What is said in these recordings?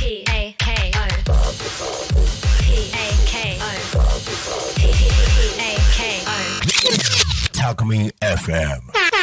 Talkme FM。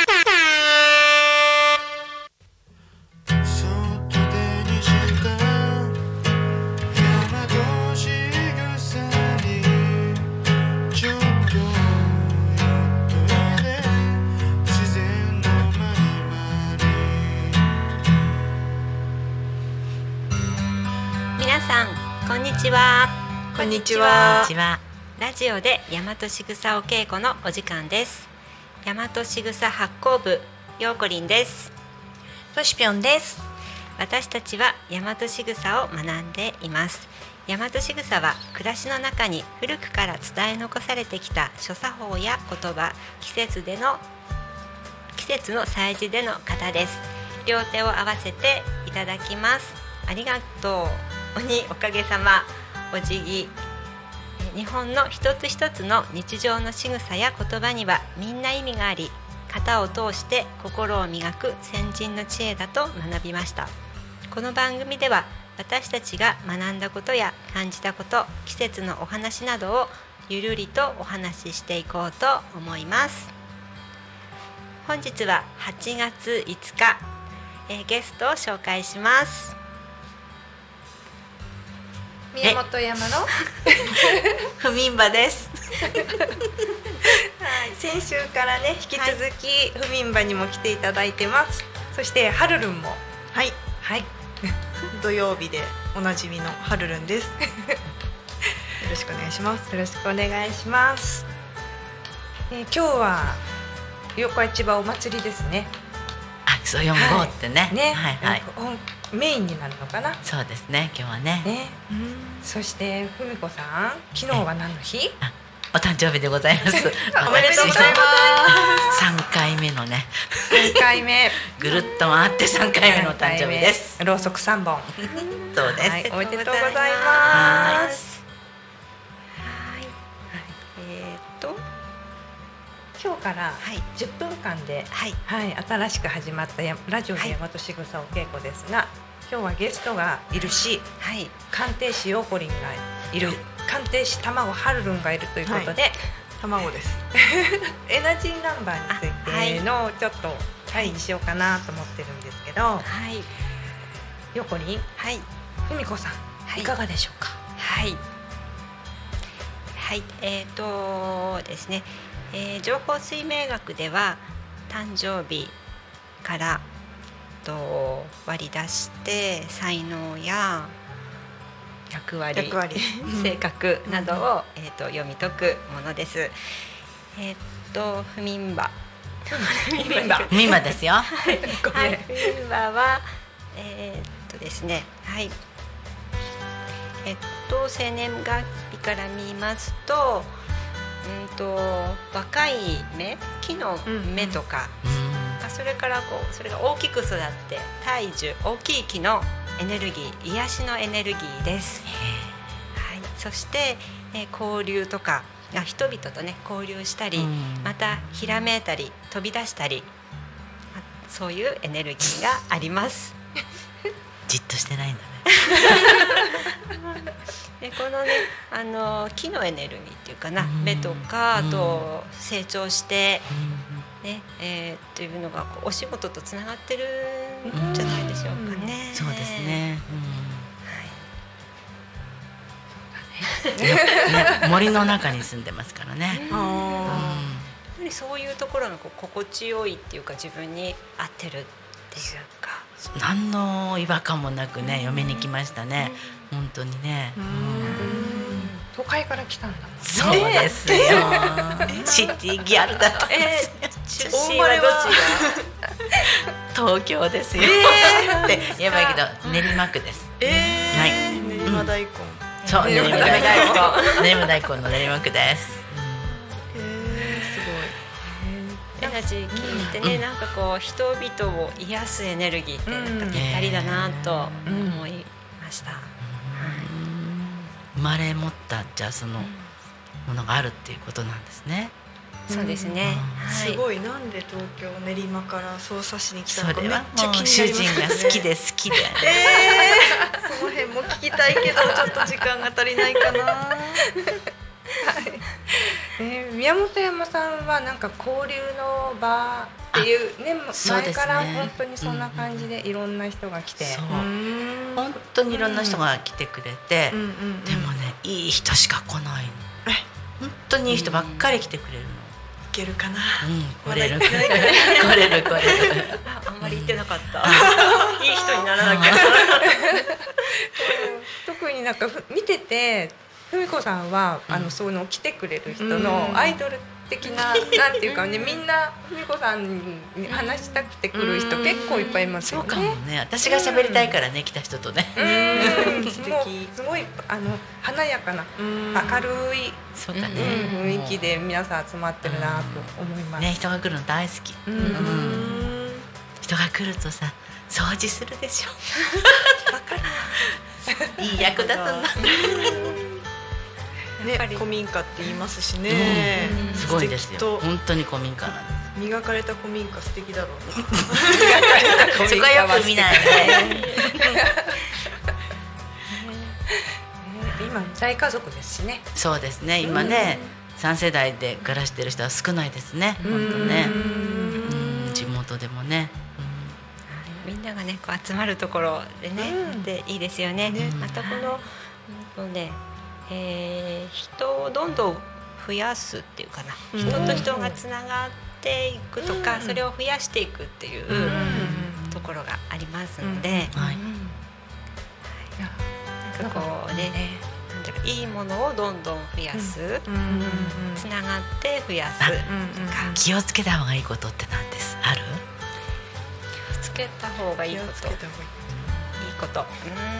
皆さんこんにちは。 こんにちは。 ラジオで大和しぐさお稽古のお時間です。大和しぐさ発行部ようこりんです。 としぴょんです。 私たちは大和しぐさを学んでいます。大和しぐさは暮らしの中に古くから伝え残されてきた諸作法や言葉、季節の祭事での型です。両手を合わせていただきます。ありがとう、鬼おかげさま、お辞儀。日本の一つ一つの日常の仕草や言葉にはみんな意味があり、型を通して心を磨く先人の知恵だと学びました。この番組では私たちが学んだことや感じたこと、季節のお話などをゆるりとお話ししていこうと思います。本日は8月5日、ゲストを紹介します。 宮本山のふみんばです。はい、先週からね引き続き、ふみんばにも来ていただいてます。そしてはるるんもはい土曜日でおなじみのはるるんです。よろしくお願いします。 よろしくお願いします。 今日は横市場お祭りですね。 あ、そう4号ってね。 メインになるのかな。 そうですね、今日はね。 そしてふみこさん、昨日は何の日？ お誕生日でございます。 おめでとうございます。 3回目のね。 3回目。 ぐるっと回って3回目のお誕生日です。 ろうそく3本。 そうです。 おめでとうございます。今日から10分間で、新しく始まったラジオで大和しぐさお稽古ですが、今日はゲストがいるし、鑑定士ようこりんがいる、鑑定士卵はるるんがいるということで、 卵です。 エナジーナンバーについてのちょっと会にしようかなと思ってるんですけど、ようこりん、ふみこさん、いかがでしょうか？ ですね、情報水明学では誕生日から割り出して才能や役割性格などを、読み解くものです。ふみんばふみんばですよ。 ふみんばはですね、生年月日から見ますと、若い芽、木の芽とか、それからそれが大きく育って大樹、大きい木のエネルギー、癒しのエネルギーです。そして、交流とか人々とね交流したり、またひらめいたり飛び出したり、そういうエネルギーがあります。 じっとしてないんだね。 でこのね木のエネルギーっていうかな、芽とか、あと成長してね、っていうのがお仕事とつながってるんじゃないでしょうかね。 そうですね。森の中に住んでますからね。やはりそういうところの心地よいっていうか、自分に合ってるっていうか、 何の違和感もなくね嫁に来ましたね。本当にね。 都会から来たんだもんね。 そうですよ。シティギャルだったんですよ。 出身はどちら？東京ですよ。って言えばいいけど練馬区です。 練馬大根。 そう、練馬大根の練馬区です。 エナジー聞いてね、なんか人々を癒すエネルギーってなんかぴったりだなと思いました。 生まれ持ったじゃあそのものがあるっていうことなんですね。 そうですね。 すごい。なんで東京練馬から捜査しに来たのかめっちゃ気になりますね。 主人が好きで好きで。 その辺もたいけどちょっと時間が足りないかな。 宮本山さんはなんか交流の場っていうね、前から本当にそんな感じでいろんな人が来て、 そう本当にいろんな人が来てくれて、でもねいい人しか来ないの。本当にいい人ばっかり来てくれるの。 いけるかな。 来れる。 あんまり言ってなかった。いい人にならなきゃ。 特になんか見ててふみこさんはその来てくれる人のアイドル的ななんていうかね、みんなふみこさんに話したくてくる人結構いっぱいいますよね。 そうかもね。私が喋りたいからね、来た人とね。 すごい華やかな明るいそうだね。 雰囲気で皆さん集まってるなと思います。 ね、人が来るの大好き。人が来るとさ、掃除するでしょ。わかる。いい役立つんだ。 ね、古民家って言いますしね。 すごいですよ。本当に古民家なんです。 磨かれた古民家素敵だろうな。 そこはよく見ないね。 今大家族ですしね。 そうですね。今ね、3世代で暮らしてる人は少ないですね。本当ね。地元でもね。 みんながねこう集まるところでね、でいいですよね。またこのね。人をどんどん増やすっていうかな、人と人がつながっていくとか、それを増やしていくっていうところがありますので、なんかこうね、いいものをどんどん増やす、つながって増やすとか、 気をつけた方がいいことって何です？ある？ 気をつけた方がいいこと、いいこと、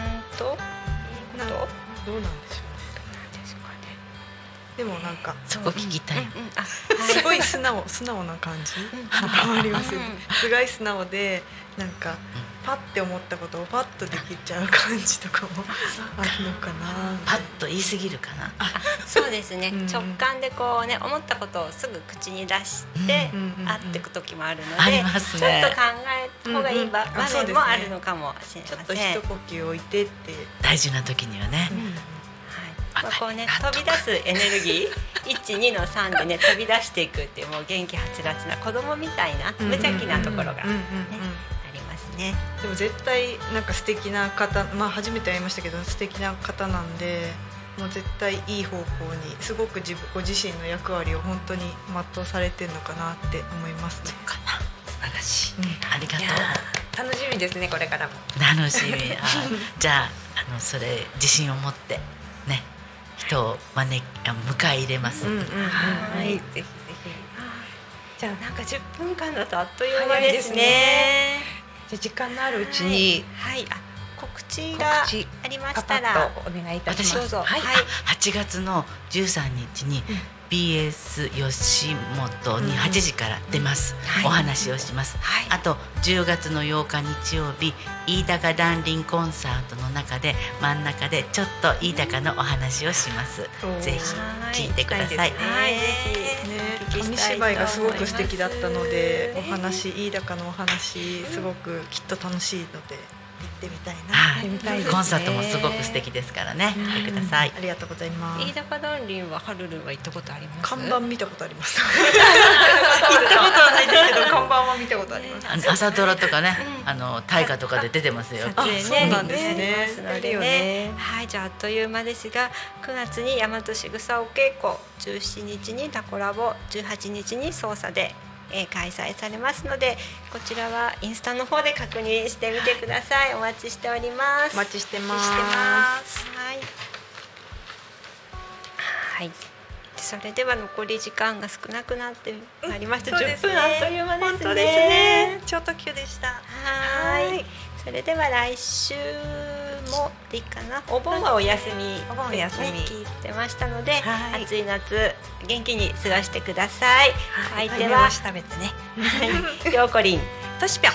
どうなんでしょう。でもなんかそこ聞きたい。 すごい素直な感じ変わりますよね。すごい素直でなんかパッて思ったことをパッとできちゃう感じとかもあるのかな。 パッと言い過ぎるかな。 そうですね。直感でこうね思ったことをすぐ口に出して会っていく時もあるので、ちょっと考えた方がいい場面もあるのかもしれません。 ちょっと一呼吸置いてって大事な時にはね。 こうね飛び出すエネルギー1、2の3でね飛び出していくっていうもう元気はつらつな子供みたいな無邪気なところがねありますね。 でも絶対なんか素敵な方、初めて会いましたけど素敵な方なんで、もう絶対いい方向にすごくご自身の役割を本当に全うされてるのかなって思いますね。 かな。素晴らしい。ありがとう。 楽しみですねこれからも。 楽しみ。じゃあそれ自信を持ってね。人を迎え入れます。 はい、ぜひぜひ。じゃあなんか10分間だとあっという間ですね。 じゃあ時間のあるうちに、 告知がありましたらお願いいたします。 はい。 8月の13日に BS 吉本に8時から出ます。お話をします。あと10月の8日日曜日飯高ダンリンコンサートの中で真ん中でちょっと飯高のお話をします。ぜひ聞いてください。 紙芝居がすごく素敵だったので、お話飯高のお話すごくきっと楽しいので行ってみたいな。 コンサートもすごく素敵ですからね。来てください。 ありがとうございます。 飯高ダンリンはハルルンは行ったことあります？ 看板見たことあります。行ったことはないですけど看板は見たことあります。 朝ドラとかね、大河とかで出てますよ。 そうなんですね。 はい、じゃああっという間ですが、9月に大和しぐさお稽古、17日にタコラボ、18日に捜査で開催されますので、こちらはインスタの方で確認してみてください。お待ちしております。 お待ちしてます。 はい。それでは残り時間が少なくなってまいりました。10分あっという間ですね。 本当ですね。超特急でした。 はい。それでは来週もいいかな。お盆はお休み、聞いてましたので、暑い夏元気に過ごしてください。相手は食べてね。 りょうこりん、 としぴょん、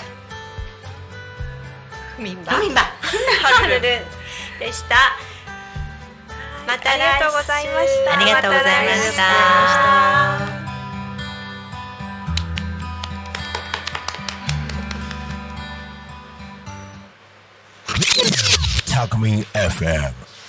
ふみんば、はるるんでした。またありがとうございました。 ありがとうございました。 Talk Me FM